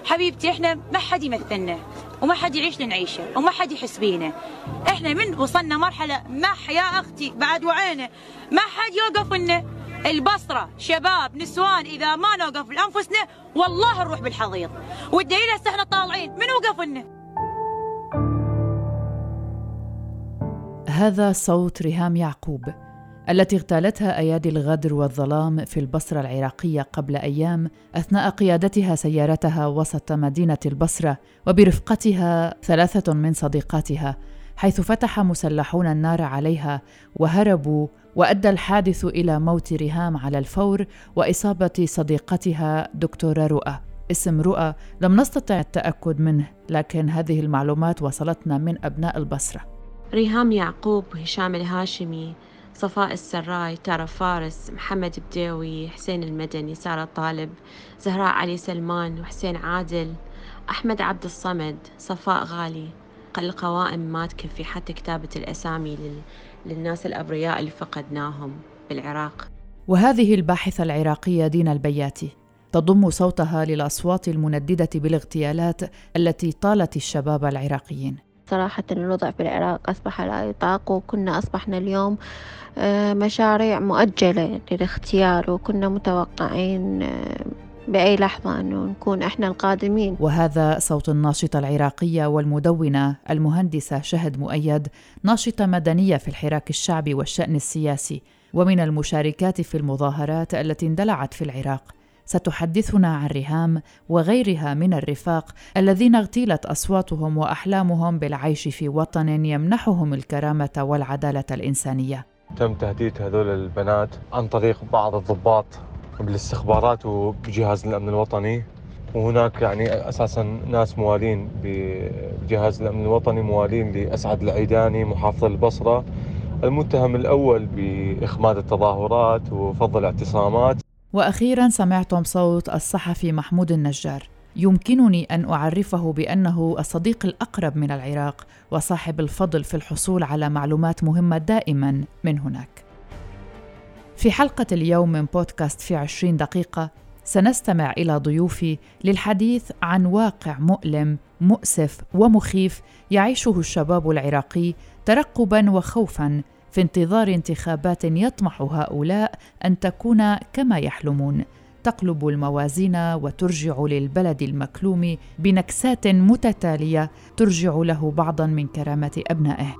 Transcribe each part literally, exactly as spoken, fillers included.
حبيبتي إحنا ما حد يمثلنا وما حد يعيش لنعيشه وما حد يحس بينا. إحنا من وصلنا مرحلة ما يا أختي بعد وعينا ما حد يوقف لنا. البصرة شباب نسوان إذا ما نوقف لأنفسنا والله نروح بالحضيض، والدليل هسه إحنا طالعين من وقف لنا. هذا صوت ريهام يعقوب التي اغتالتها أيادي الغدر والظلام في البصرة العراقية قبل أيام أثناء قيادتها سيارتها وسط مدينة البصرة وبرفقتها ثلاثة من صديقاتها، حيث فتح مسلحون النار عليها وهربوا، وأدى الحادث إلى موت ريهام على الفور وإصابة صديقتها دكتورة رؤى. اسم رؤى لم نستطع التأكد منه، لكن هذه المعلومات وصلتنا من أبناء البصرة. ريهام يعقوب، هشام الهاشمي، صفاء السراي، تارا فارس، محمد بديوي، حسين المدني، سارة طالب، زهراء علي سلمان، وحسين عادل، أحمد عبد الصمد، صفاء غالي. القوائم ما تكفي حتى كتابة الأسامي لل... للناس الأبرياء اللي فقدناهم بالعراق. وهذه الباحثة العراقية دينا البياتي تضم صوتها للأصوات المنددة بالاغتيالات التي طالت الشباب العراقيين. صراحة الوضع في العراق أصبح لا يطاق، وكنا أصبحنا اليوم مشاريع مؤجلة للاغتيال، وكنا متوقعين بأي لحظة أنه نكون إحنا القادمين. وهذا صوت الناشطة العراقية والمدونة المهندسة شهد مؤيد، ناشطة مدنية في الحراك الشعبي والشأن السياسي، ومن المشاركات في المظاهرات التي اندلعت في العراق. ستحدثنا عن ريهام وغيرها من الرفاق الذين اغتيلت أصواتهم وأحلامهم بالعيش في وطن يمنحهم الكرامة والعدالة الإنسانية. تم تهديد هذول البنات عن طريق بعض الضباط بالاستخبارات وبجهاز الأمن الوطني، وهناك يعني أساساً ناس موالين بجهاز الأمن الوطني، موالين لأسعد العيداني محافظ البصرة، المتهم الأول بإخماد التظاهرات وفض الاعتصامات. وأخيراً سمعتم صوت الصحفي محمود النجار. يمكنني أن أعرفه بأنه الصديق الأقرب من العراق وصاحب الفضل في الحصول على معلومات مهمة دائماً من هناك. في حلقة اليوم من بودكاست في عشرين دقيقة سنستمع إلى ضيوفي للحديث عن واقع مؤلم مؤسف ومخيف يعيشه الشباب العراقي ترقباً وخوفاً في انتظار انتخابات يطمح هؤلاء أن تكون كما يحلمون، تقلب الموازين وترجع للبلد المكلوم بنكسات متتالية ترجع له بعضاً من كرامة أبنائه.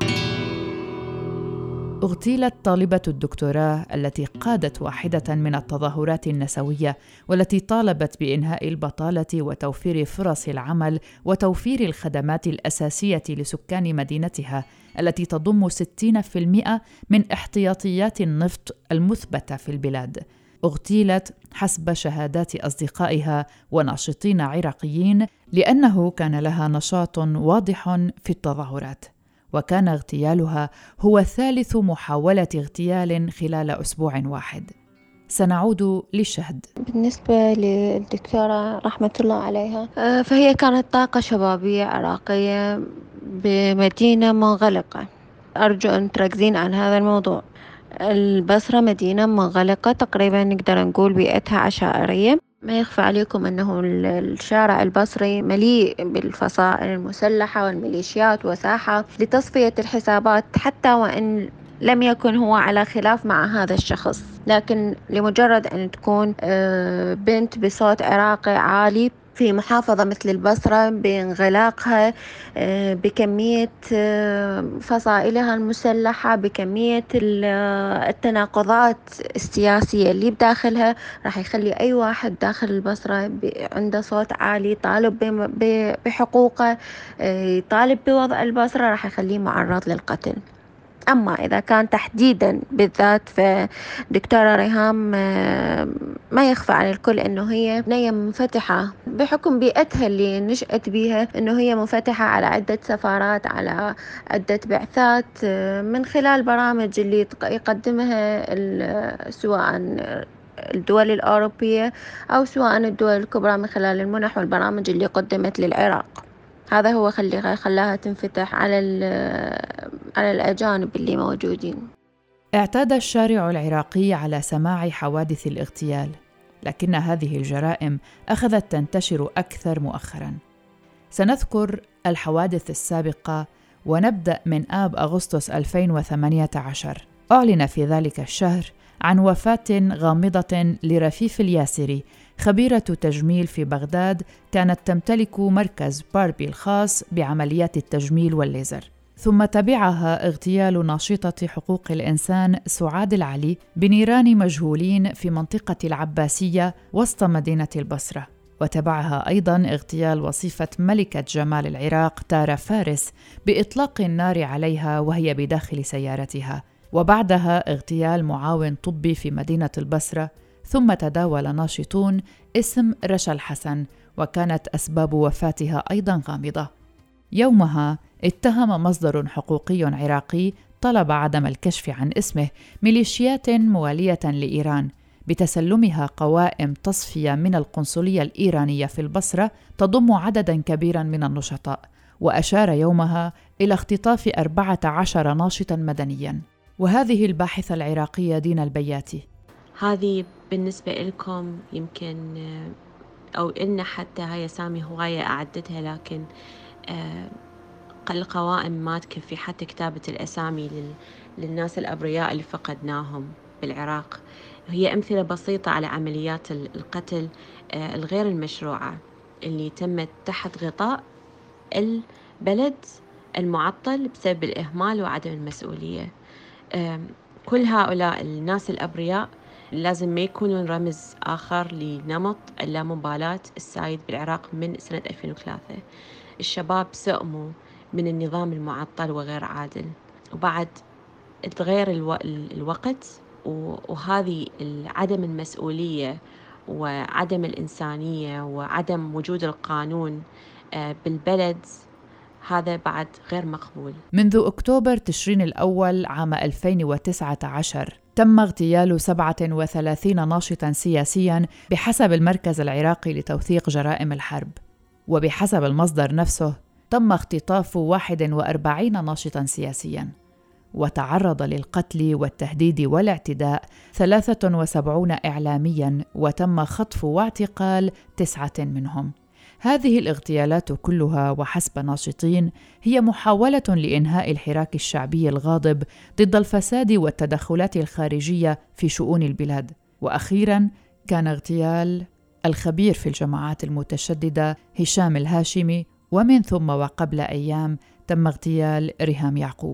اغتيلت طالبة الدكتوراه التي قادت واحدة من التظاهرات النسوية والتي طالبت بإنهاء البطالة وتوفير فرص العمل وتوفير الخدمات الأساسية لسكان مدينتها التي تضم ستين بالمئة من احتياطيات النفط المثبتة في البلاد. اغتيلت حسب شهادات أصدقائها وناشطين عراقيين لأنه كان لها نشاط واضح في التظاهرات، وكان اغتيالها هو ثالث محاولة اغتيال خلال أسبوع واحد. سنعود للشهد. بالنسبة للدكتورة رحمة الله عليها، فهي كانت طاقة شبابية عراقية بمدينة منغلقة. أرجو أن تركزين عن هذا الموضوع. البصرة مدينة منغلقة تقريبا، نقدر نقول بيئتها عشائرية. ما يخفى عليكم أنه الشارع البصري مليء بالفصائل المسلحة والميليشيات وساحة لتصفية الحسابات، حتى وإن لم يكن هو على خلاف مع هذا الشخص، لكن لمجرد أن تكون بنت بصوت عراقي عالي في محافظة مثل البصرة بانغلاقها، بكمية فصائلها المسلحة، بكمية التناقضات السياسية اللي بداخلها، راح يخلي أي واحد داخل البصرة عنده صوت عالي طالب بحقوقه، طالب بوضع البصرة، راح يخليه معرض للقتل. أما إذا كان تحديدا بالذات فدكتورة ريهام ما يخفى على الكل أنه هي بنية منفتحة بحكم بيئتها اللي نشأت بيها، أنه هي منفتحة على عدة سفارات، على عدة بعثات، من خلال برامج اللي يقدمها سواء الدول الأوروبية أو سواء الدول الكبرى من خلال المنح والبرامج اللي قدمت للعراق. هذا هو خلي خلاها تنفتح على على الأجانب اللي موجودين. اعتاد الشارع العراقي على سماع حوادث الاغتيال، لكن هذه الجرائم أخذت تنتشر أكثر مؤخراً. سنذكر الحوادث السابقة ونبدأ من آب أغسطس ألفين وثمانية عشر. أعلن في ذلك الشهر عن وفاة غامضة لرفيف الياسري، خبيرة تجميل في بغداد كانت تمتلك مركز باربي الخاص بعمليات التجميل والليزر. ثم تبعها اغتيال ناشطة حقوق الإنسان سعاد العلي بنيران مجهولين في منطقة العباسية وسط مدينة البصرة. وتبعها أيضاً اغتيال وصيفة ملكة جمال العراق تارا فارس بإطلاق النار عليها وهي بداخل سيارتها. وبعدها اغتيال معاون طبي في مدينة البصرة. ثم تداول ناشطون اسم رشا الحسن، وكانت أسباب وفاتها أيضاً غامضة. يومها اتهم مصدر حقوقي عراقي طلب عدم الكشف عن اسمه ميليشيات موالية لإيران بتسلمها قوائم تصفية من القنصلية الإيرانية في البصرة تضم عدداً كبيراً من النشطاء، وأشار يومها إلى اختطاف أربعة عشر ناشطاً مدنياً. وهذه الباحثة العراقية دينا البياتي. هذه بالنسبة لكم يمكن أو إلنا حتى هاي أسامي هواية أعددها، لكن القوائم ما تكفي حتى كتابة الأسامي للناس الأبرياء اللي فقدناهم بالعراق. هي أمثلة بسيطة على عمليات القتل الغير المشروعة اللي تمت تحت غطاء البلد المعطل بسبب الإهمال وعدم المسؤولية. كل هؤلاء الناس الأبرياء لازم ما يكونون رمز آخر لنمط اللامبالاة السائد بالعراق من سنة ألفين وثلاثة. الشباب سئموا من النظام المعطل وغير عادل، وبعد تغير الو... الوقت وهذه عدم المسؤولية وعدم الإنسانية وعدم وجود القانون بالبلد، هذا بعد غير مقبول. منذ أكتوبر تشرين الأول عام ألفين وتسعة عشر تم اغتيال سبعة وثلاثين ناشطاً سياسياً بحسب المركز العراقي لتوثيق جرائم الحرب. وبحسب المصدر نفسه تم اختطاف واحد وأربعين ناشطاً سياسياً. وتعرض للقتل والتهديد والاعتداء ثلاثة وسبعين إعلامياً، وتم خطف واعتقال تسعة منهم. هذه الاغتيالات كلها وحسب ناشطين هي محاولة لإنهاء الحراك الشعبي الغاضب ضد الفساد والتدخلات الخارجية في شؤون البلاد. وأخيراً كان اغتيال الخبير في الجماعات المتشددة هشام الهاشمي، ومن ثم وقبل أيام تم اغتيال ريهام يعقوب.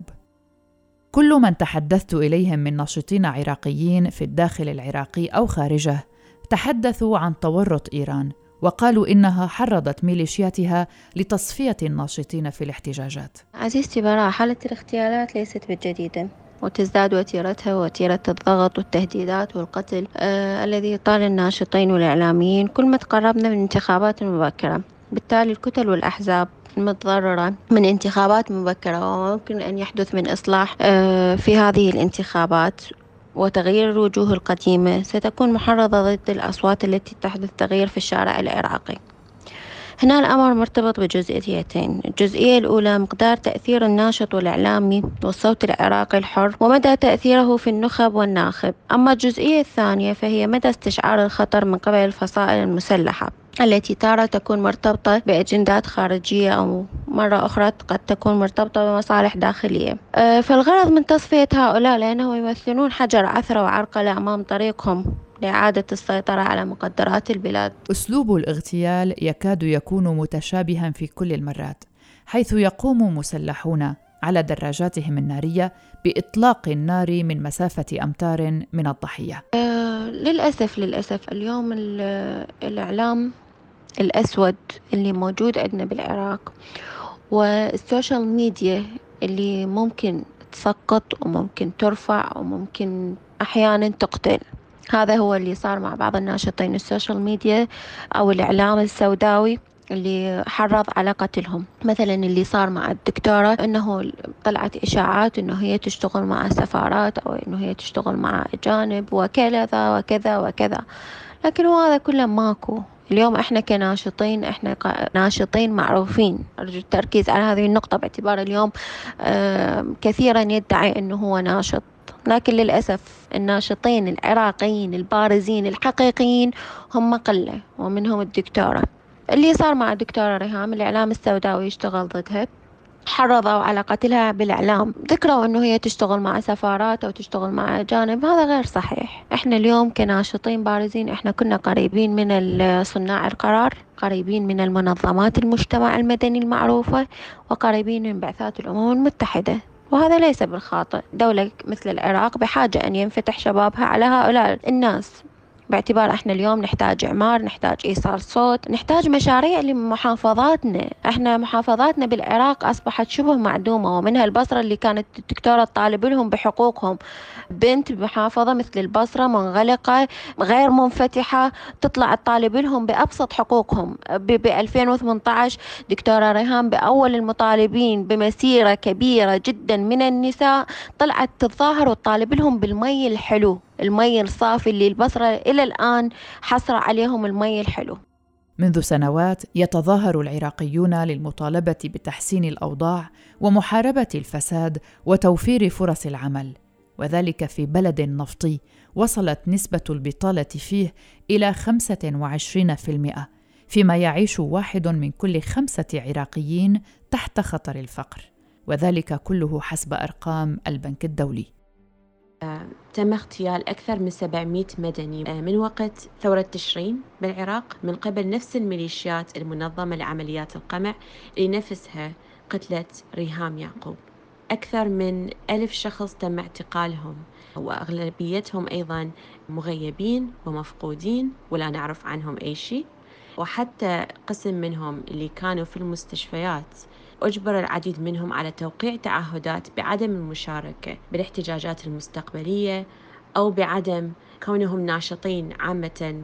كل من تحدثت إليهم من ناشطين عراقيين في الداخل العراقي أو خارجه تحدثوا عن تورط إيران، وقالوا إنها حرضت ميليشياتها لتصفية الناشطين في الاحتجاجات. عزيزتي براء، حالة الاغتيالات ليست بالجديدة، وتزداد وتيرتها وتيرة الضغط والتهديدات والقتل آه الذي يطال الناشطين والإعلاميين كل ما تقربنا من انتخابات مبكرة. بالتالي الكتل والأحزاب متضررة من انتخابات مبكرة، وممكن أن يحدث من إصلاح آه في هذه الانتخابات وتغيير الوجوه القديمة ستكون محرضة ضد الأصوات التي تحدث تغيير في الشارع العراقي. هنا الأمر مرتبط بجزئيتين. الجزئية الأولى مقدار تأثير الناشط والإعلامي والصوت العراقي الحر ومدى تأثيره في النخب والناخب. أما الجزئية الثانية فهي مدى استشعار الخطر من قبل الفصائل المسلحة التي تارة تكون مرتبطة بأجندات خارجية أو مرة أخرى قد تكون مرتبطة بمصالح داخلية. فالغرض من تصفية هؤلاء لأنه يمثلون حجر عثرة وعرقلة أمام طريقهم لإعادة السيطرة على مقدرات البلاد. أسلوب الاغتيال يكاد يكون متشابها في كل المرات، حيث يقوم مسلحون على دراجاتهم النارية بإطلاق النار من مسافة أمتار من الضحية. أه للأسف للأسف اليوم الإعلام الأسود اللي موجود عندنا بالعراق والسوشيال ميديا اللي ممكن تسقط وممكن ترفع وممكن أحيانا تقتل، هذا هو اللي صار مع بعض الناشطين. السوشيال ميديا أو الإعلام السوداوي اللي حرض على قتلهم. مثلا اللي صار مع الدكتورة أنه طلعت إشاعات أنه هي تشتغل مع سفارات أو أنه هي تشتغل مع أجانب وكذا وكذا وكذا، لكن هو هذا كله ماكو. اليوم احنا كناشطين احنا ناشطين معروفين. أرجو التركيز على هذه النقطة باعتبار اليوم كثيرا يدعي أنه هو ناشط لكن للأسف الناشطين العراقيين البارزين الحقيقيين هم قلة، ومنهم الدكتورة. اللي صار مع الدكتورة ريهام، الإعلام السوداوي يشتغل ضدها، حرضوا على قتلها بالإعلام، ذكروا أنه هي تشتغل مع سفارات أو تشتغل مع أجانب. هذا غير صحيح. إحنا اليوم كناشطين بارزين إحنا كنا قريبين من صناع القرار، قريبين من المنظمات المجتمع المدني المعروفة، وقريبين من بعثات الأمم المتحدة، وهذا ليس بالخاطئ. دولة مثل العراق بحاجة أن ينفتح شبابها على هؤلاء الناس، باعتبار احنا اليوم نحتاج اعمار، نحتاج ايصال صوت، نحتاج مشاريع لمحافظاتنا. احنا محافظاتنا بالعراق اصبحت شبه معدومة، ومنها البصرة اللي كانت الدكتورة تطالب لهم بحقوقهم. بنت بمحافظة مثل البصرة منغلقة غير منفتحة تطلع تطالب لهم بأبسط حقوقهم. ب ألفين وثمانية عشر دكتورة ريهام بأول المطالبين بمسيرة كبيرة جدا من النساء طلعت تتظاهر وتطالب لهم بالمي الحلو، المي الصافي اللي البصرة إلى الآن حصر عليهم المي الحلو. منذ سنوات يتظاهر العراقيون للمطالبة بتحسين الأوضاع ومحاربة الفساد وتوفير فرص العمل، وذلك في بلد نفطي وصلت نسبة البطالة فيه إلى خمسة وعشرين بالمئة، فيما يعيش واحد من كل خمسة عراقيين تحت خطر الفقر، وذلك كله حسب أرقام البنك الدولي. تم اغتيال أكثر من سبعمئة مدني من وقت ثورة تشرين بالعراق من قبل نفس الميليشيات المنظمة لعمليات القمع اللي نفسها قتلت ريهام يعقوب. أكثر من ألف شخص تم اعتقالهم، وأغلبيتهم أيضاً مغيبين ومفقودين ولا نعرف عنهم أي شيء. وحتى قسم منهم اللي كانوا في المستشفيات أجبر العديد منهم على توقيع تعهدات بعدم المشاركة بالاحتجاجات المستقبلية أو بعدم كونهم ناشطين عامة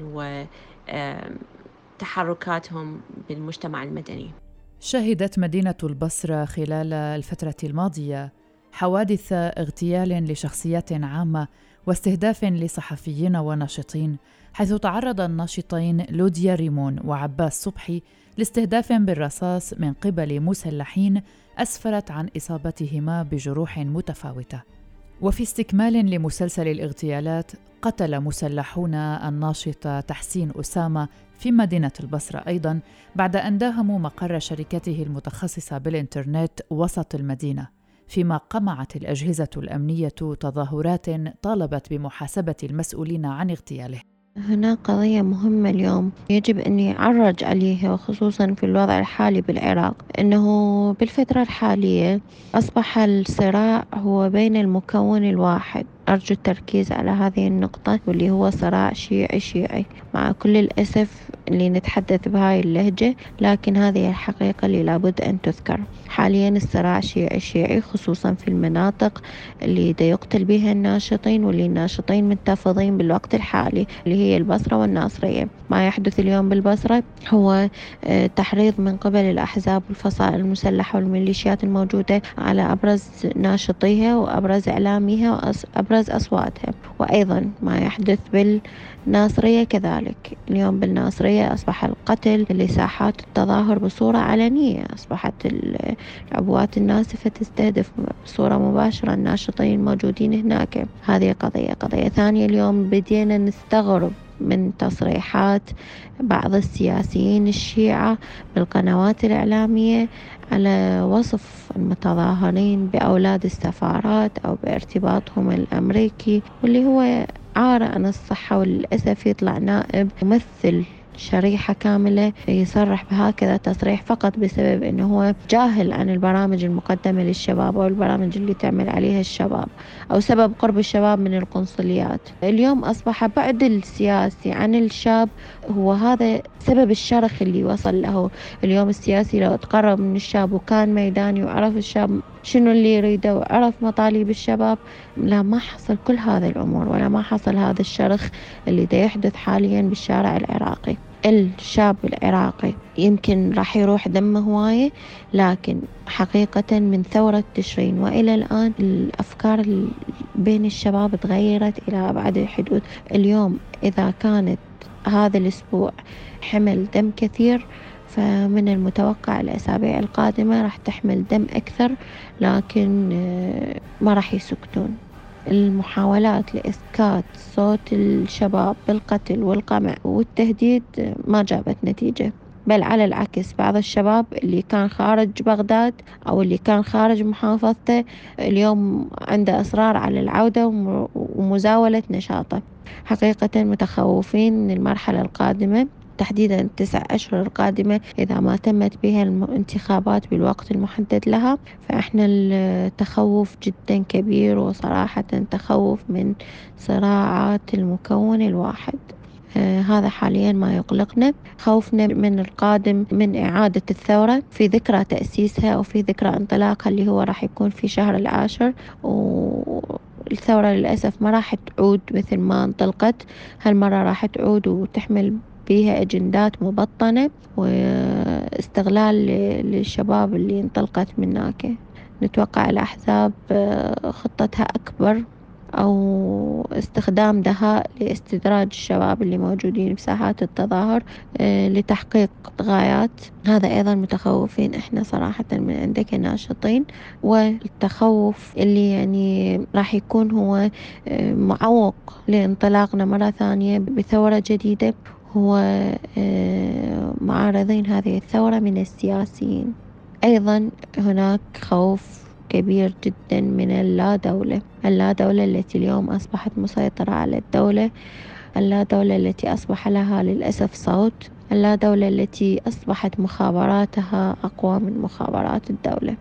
وتحركاتهم بالمجتمع المدني. شهدت مدينة البصرة خلال الفترة الماضية حوادث اغتيال لشخصيات عامة واستهداف لصحفيين وناشطين، حيث تعرض الناشطين لوديا ريمون وعباس صبحي لاستهداف بالرصاص من قبل مسلحين أسفرت عن إصابتهما بجروح متفاوتة. وفي استكمال لمسلسل الاغتيالات، قتل مسلحون الناشط تحسين أسامة في مدينة البصرة أيضاً بعد أن داهموا مقر شركته المتخصصة بالإنترنت وسط المدينة، فيما قمعت الأجهزة الأمنية تظاهرات طالبت بمحاسبة المسؤولين عن اغتياله. هنا قضية مهمة اليوم يجب أن يعرج عليها، وخصوصا في الوضع الحالي بالعراق، أنه بالفترة الحالية أصبح الصراع هو بين المكون الواحد. أرجو التركيز على هذه النقطة، واللي هو صراع شيعي شيعي. مع كل الأسف اللي نتحدث بهاي اللهجة، لكن هذه الحقيقة اللي لابد أن تذكر. حاليا الصراع شيعي شيعي، خصوصا في المناطق اللي دا يقتل بها الناشطين، واللي الناشطين منتفضين بالوقت الحالي، اللي هي البصرة والناصرية. ما يحدث اليوم بالبصرة هو تحريض من قبل الأحزاب والفصائل المسلحة والميليشيات الموجودة على أبرز ناشطيها وأبرز إعلاميها وأبرز أصواتها. وأيضا ما يحدث بالناصرية كذلك. اليوم بالناصرية أصبح القتل لساحات التظاهر بصورة علنية، أصبحت العبوات الناسفة تستهدف بصورة مباشرة الناشطين الموجودين هناك. هذه قضية. قضية ثانية، اليوم بدينا نستغرب من تصريحات بعض السياسيين الشيعة بالقنوات الإعلامية على وصف المتظاهرين بأولاد السفارات أو بارتباطهم الأمريكي، واللي هو عار عن الصحة. وللأسف يطلع نائب يمثل شريحة كاملة يصرح بهكذا تصريح فقط بسبب أنه هو جاهل عن البرامج المقدمة للشباب أو البرامج اللي تعمل عليها الشباب، أو سبب قرب الشباب من القنصليات. اليوم أصبح بعد السياسي عن الشاب هو هذا سبب الشرخ اللي وصل له. اليوم السياسي لو تقرب من الشاب وكان ميداني وعرف الشاب شنو اللي يريده وعرف مطالب الشباب، لا ما حصل كل هذه الأمور، ولا ما حصل هذا الشرخ اللي دا يحدث حاليا بالشارع العراقي. الشاب العراقي يمكن راح يروح دمه هواية، لكن حقيقة من ثورة تشرين وإلى الآن الأفكار بين الشباب تغيرت إلى أبعد الحدود. اليوم إذا كانت هذا الأسبوع حمل دم كثير، فمن المتوقع الأسابيع القادمة راح تحمل دم أكثر، لكن ما راح يسكتون. المحاولات لإسكات صوت الشباب بالقتل والقمع والتهديد ما جابت نتيجة، بل على العكس بعض الشباب اللي كان خارج بغداد أو اللي كان خارج محافظته اليوم عنده إصرار على العودة ومزاولة نشاطه. حقيقة متخوفين من المرحلة القادمة، تحديدا التسع أشهر القادمة إذا ما تمت بها الانتخابات بالوقت المحدد لها، فإحنا التخوف جدا كبير، وصراحة تخوف من صراعات المكون الواحد. آه هذا حاليا ما يقلقنا، خوفنا من القادم من إعادة الثورة في ذكرى تأسيسها أو في ذكرى انطلاقها اللي هو راح يكون في شهر العاشر، والثورة للأسف ما راح تعود مثل ما انطلقت، هالمرة راح تعود وتحمل فيها أجندات مبطنة واستغلال للشباب اللي انطلقت من هناك. نتوقع الأحزاب خطتها أكبر أو استخدام دهاء لاستدراج الشباب اللي موجودين بساحات التظاهر لتحقيق غايات. هذا أيضا متخوفين إحنا صراحة من عندك ناشطين، والتخوف اللي يعني راح يكون هو معوق لانطلاقنا مرة ثانية بثورة جديدة هو معارضين هذه الثورة من السياسيين. أيضا هناك خوف كبير جدا من اللا دولة، اللا دولة التي اليوم أصبحت مسيطرة على الدولة، اللا دولة التي أصبح لها للأسف صوت، اللا دولة التي أصبحت مخابراتها أقوى من مخابرات الدولة.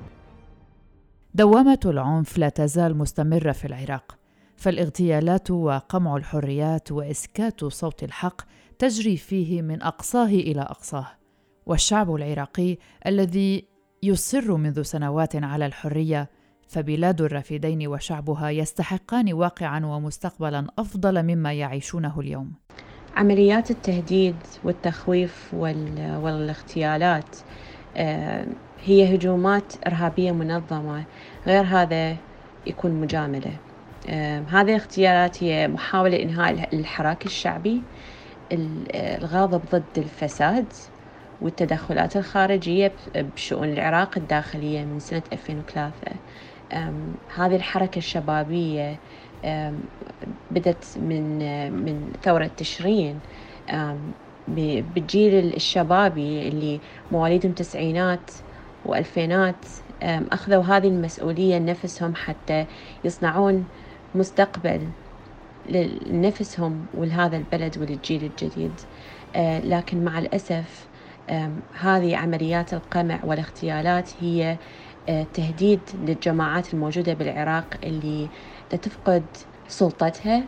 دوامة العنف لا تزال مستمرة في العراق، فالاغتيالات وقمع الحريات وإسكات صوت الحق تجري فيه من أقصاه إلى أقصاه، والشعب العراقي الذي يصر منذ سنوات على الحرية، فبلاد الرافدين وشعبها يستحقان واقعاً ومستقبلاً أفضل مما يعيشونه اليوم. عمليات التهديد والتخويف والاغتيالات هي هجومات إرهابية منظمة، غير هذا يكون مجاملة. هذه الاغتيالات هي محاولة إنهاء الحراك الشعبي، الغاضب ضد الفساد والتدخلات الخارجية بشؤون العراق الداخلية من سنة ألفين وثلاثة. هذه الحركة الشبابية بدت من من ثورة تشرين بالجيل الشبابي اللي مواليدهم تسعينات وألفينات، أخذوا هذه المسؤولية لنفسهم حتى يصنعون مستقبل لنفسهم ولهذا البلد وللجيل الجديد. لكن مع الأسف هذه عمليات القمع والاغتيالات هي تهديد للجماعات الموجودة بالعراق اللي تفقد سلطتها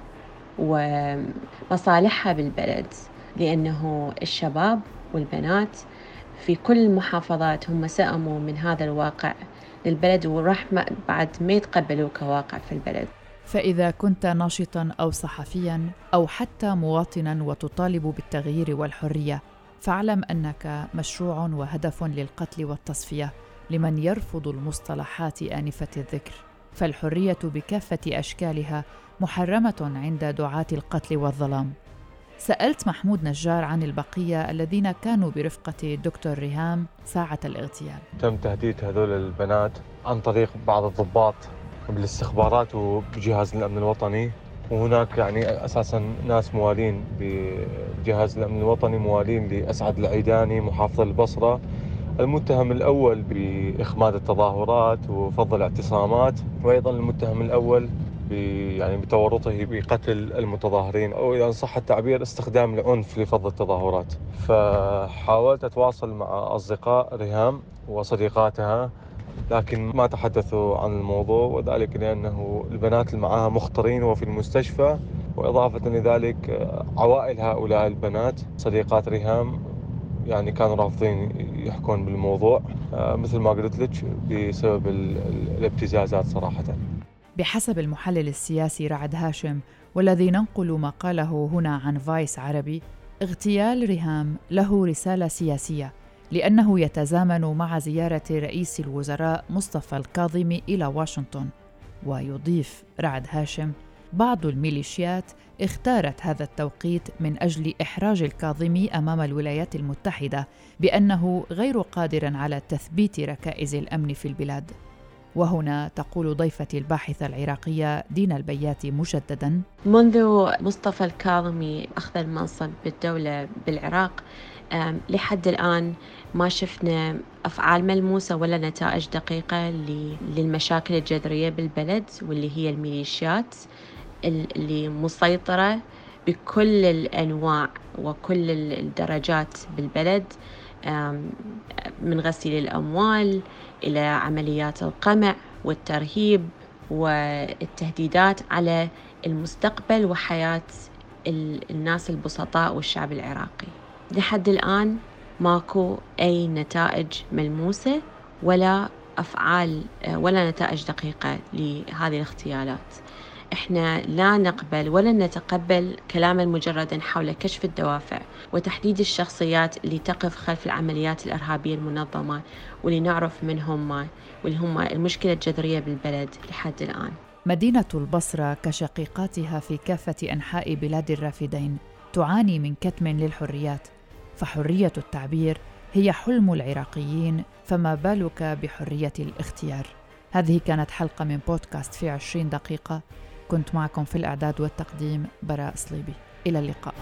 ومصالحها بالبلد، لأنه الشباب والبنات في كل المحافظات هم سأموا من هذا الواقع للبلد، وراح بعد ما يتقبلوا كواقع في البلد. فإذا كنت ناشطاً أو صحفياً أو حتى مواطناً وتطالب بالتغيير والحرية، فاعلم أنك مشروع وهدف للقتل والتصفية لمن يرفض المصطلحات آنفة الذكر، فالحرية بكافة أشكالها محرمة عند دعاة القتل والظلام. سألت محمود نجار عن البقية الذين كانوا برفقة دكتور ريهام ساعة الاغتيال. تم تهديد هذول البنات عن طريق بعض الضباط بالاستخبارات وبجهاز الأمن الوطني، وهناك يعني أساساً ناس موالين بجهاز الأمن الوطني، موالين لأسعد العيداني محافظ البصرة، المتهم الأول بإخماد التظاهرات وفض الاعتصامات، وأيضاً المتهم الأول يعني بتورطه بقتل المتظاهرين، أو إذا صح التعبير استخدام العنف لفض التظاهرات. فحاولت أتواصل مع أصدقاء ريهام وصديقاتها، لكن ما تحدثوا عن الموضوع، وذلك لأنه البنات اللي معها مخطرين وفي المستشفى، وإضافة لذلك عوائل هؤلاء البنات صديقات ريهام يعني كانوا رافضين يحكون بالموضوع، مثل ما قلت لك بسبب الابتزازات صراحة. بحسب المحلل السياسي رعد هاشم، والذي ننقل ما قاله هنا عن فايس عربي، اغتيال ريهام له رسالة سياسية، لأنه يتزامن مع زيارة رئيس الوزراء مصطفى الكاظمي إلى واشنطن. ويضيف رعد هاشم: بعض الميليشيات اختارت هذا التوقيت من أجل إحراج الكاظمي أمام الولايات المتحدة بأنه غير قادر على تثبيت ركائز الأمن في البلاد. وهنا تقول ضيفتي الباحثة العراقية دينا البياتي مجدداً: منذ مصطفى الكاظمي أخذ المنصب بالدولة بالعراق لحد الآن ما شفنا أفعال ملموسة ولا نتائج دقيقة للمشاكل الجذرية بالبلد، واللي هي الميليشيات اللي مسيطرة بكل الأنواع وكل الدرجات بالبلد، من غسيل الأموال إلى عمليات القمع والترهيب والتهديدات على المستقبل وحياة الناس البسطاء والشعب العراقي. لحد الآن ماكو أي نتائج ملموسة ولا أفعال ولا نتائج دقيقة لهذه الاغتيالات. إحنا لا نقبل ولا نتقبل كلاما مجردا حول كشف الدوافع وتحديد الشخصيات اللي تقف خلف العمليات الإرهابية المنظمة، واللي نعرف من هم واللي هم المشكلة الجذرية بالبلد لحد الآن. مدينة البصرة كشقيقاتها في كافة أنحاء بلاد الرافدين تعاني من كتم للحريات، فحرية التعبير هي حلم العراقيين، فما بالك بحرية الاختيار؟ هذه كانت حلقة من بودكاست في عشرين دقيقة. كنت معكم في الإعداد والتقديم براء صليبي. إلى اللقاء.